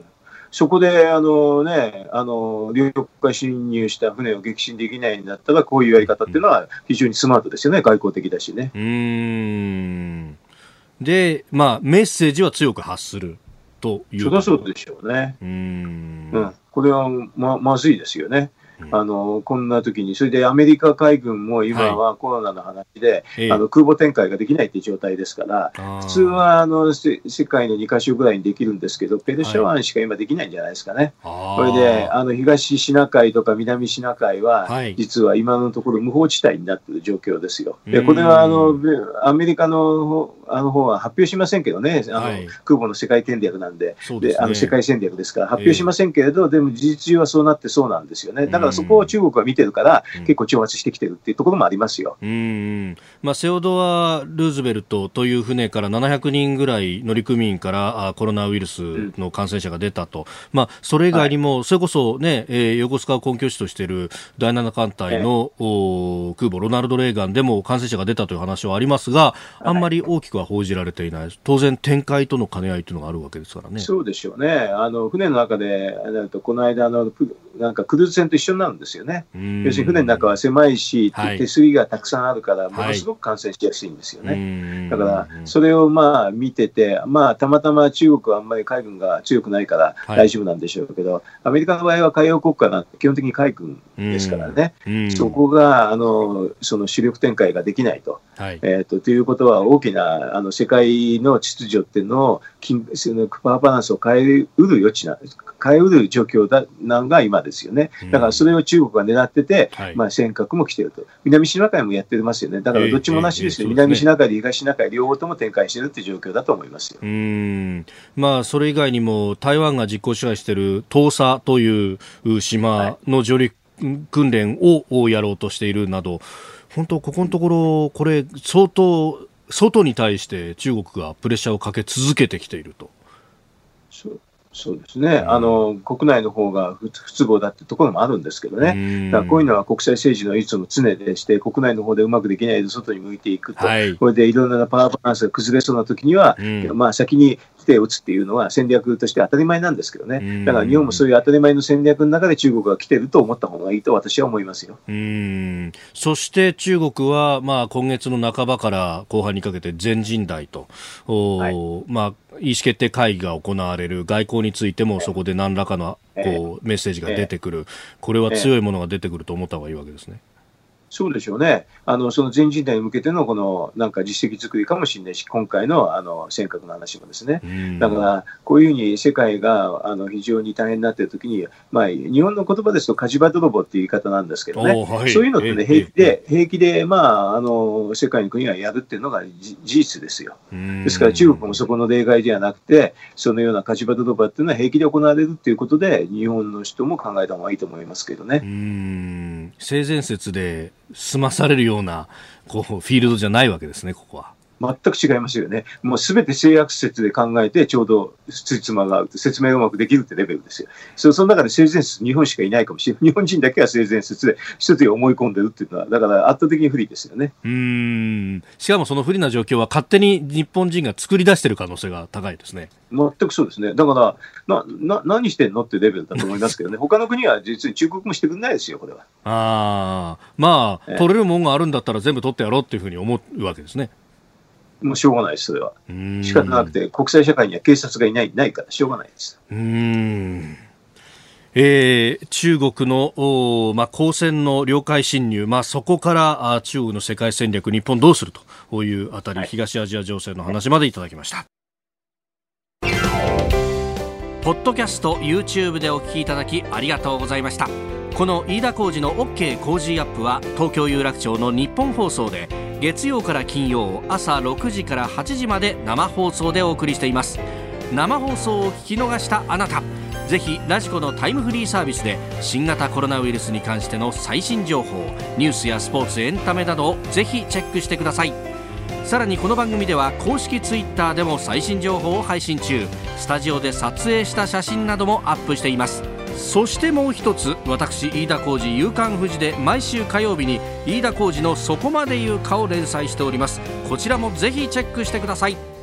そこであの、ね、あの領海侵入した船を撃沈できないんだったらこういうやり方っていうのは非常にスマートですよね、外交的だしね。 うーんで、まあ、メッセージは強く発するというそりゃそうでしょうね。うーん、うん、これは ま, まずいですよね。あのこんな時に、それでアメリカ海軍も今はコロナの話で、はい、あの空母展開ができないという状態ですから、普通はあの世界のにか所ぐらいにできるんですけど、ペルシャ湾しか今できないんじゃないですかね。はい、これであの東シナ海とか南シナ海は、はい、実は今のところ無法地帯になっている状況ですよ。でこれはあのアメリカのあの方は発表しませんけどね、あの、はい、空母の世界戦略なん で, で、ね、であの世界戦略ですから発表しませんけれど、えー、でも事実上はそうなってそうなんですよね。だからそこを中国は見てるから、うん、結構挑発してきてるっていうところもありますよ。 うん、まあ、セオドア・ルーズベルトという船からななひゃくにんぐらい乗組員からあコロナウイルスの感染者が出たと、うん、まあ、それ以外にも、はい、それこそ、ね、えー、横須賀を根拠地としているだいなな艦隊の、えー、空母ロナルド・レーガンでも感染者が出たという話はありますが、あんまり大きくは報じられていない、はい、当然展開との兼ね合いというのがあるわけですからね。 そうでしょうね。あの船の中でなるとこの間のなんかクルーズ船と一緒になるんですよね。要するに船の中は狭いし、はい、手すりがたくさんあるからものすごく感染しやすいんですよね。はい、だからそれをまあ見てて、まあ、たまたま中国はあんまり海軍が強くないから大丈夫なんでしょうけど、はい、アメリカの場合は海洋国家なんて基本的に海軍ですからね、そこがあのその主力展開ができないと、はい、えー、とということは大きなあの世界の秩序っていうのをパワーバランスを変えうる余地な変えうる状況だなんが今ですよね。だからそれを中国が狙ってて、うん、まあ、尖閣も来てると。南シナ海もやってますよね。だからどっちもなしですよ。えーえー、南シナ海で東シナ海両方とも展開しているという状況だと思いますよ。 うーん、まあ、それ以外にも台湾が実効支配している東沙という島の上陸訓練をやろうとしているなど、本当ここのところこれ相当外に対して中国がプレッシャーをかけ続けてきていると。 そうそうですね、うん、あの国内の方が不都合だってところもあるんですけどね、だからこういうのは国際政治のいつも常でして、国内の方でうまくできないで外に向いていくと、はい、これでいろんなパワーバランスが崩れそうなときには、うん、まあ、先に手を打つっていうのは戦略として当たり前なんですけどね、だから日本もそういう当たり前の戦略の中で中国が来てると思った方がいいと私は思いますよ。 うーん、そして中国は、まあ、今月の半ばから後半にかけて全人代と、はい、まあ、意思決定会議が行われる、外交についてもそこで何らかのこうメッセージが出てくる、これは強いものが出てくると思った方がいいわけですね。 そうでしょうね。あのその全人代に向けてのこのなんか実績作りかもしれないし、今回のあの尖閣の話もですね。だからこういうふうに世界があの非常に大変になっているときに、まあ日本の言葉ですと火事場泥棒っていう言い方なんですけどね。はい、そういうのってね、平気で平気でまああの世界の国がやるっていうのが事実ですよ。ですから中国もそこの例外ではなくて、そのような火事場泥棒っていうのは平気で行われるっていうことで、日本の人も考えた方がいいと思いますけどね。 うーん、性善説で済まされるようなこうフィールドじゃないわけですね、ここは。 全く違いますよね。もうすべて性悪説で考えてちょうどつつまが合う、説明がうまくできるってレベルですよ。そ, その中で性善説、日本しかいないかもしれない。日本人だけは性善説で一つに思い込んでるっていうのは、だから圧倒的に不利ですよね。 うーん、しかもその不利な状況は勝手に日本人が作り出している可能性が高いですね。 全くそうですね。だからなな何してんのってレベルだと思いますけどね。他の国は実に中国もしてくれないですよ、これは。 ああ、まあ、えー、取れるものがあるんだったら全部取ってやろうっていうふうに思うわけですね。 もうしょうがないです、それは。仕方なくて、国際社会には警察がいない、ないからしょうがないです。 うーん、えー、中国の、まあ、公船の領海侵入、まあ、そこからあ中国の世界戦略、日本どうするというあたり、はい、東アジア情勢の話までいただきました。ポッドキャスト YouTube でお聞きいただきありがとうございました。この飯田浩司の OK 工事アップは東京有楽町の日本放送で月曜から金曜朝ろくじからはちじまで生放送でお送りしています。生放送を聞き逃したあなた、ぜひラジコのタイムフリーサービスで新型コロナウイルスに関しての最新情報、ニュースやスポーツ、エンタメなどをぜひチェックしてください。さらにこの番組では公式ツイッターでも最新情報を配信中、スタジオで撮影した写真などもアップしています。そしてもう一つ、私飯田浩司夕刊フジで毎週火曜日に飯田浩司のそこまで言うかを連載しております。こちらもぜひチェックしてください。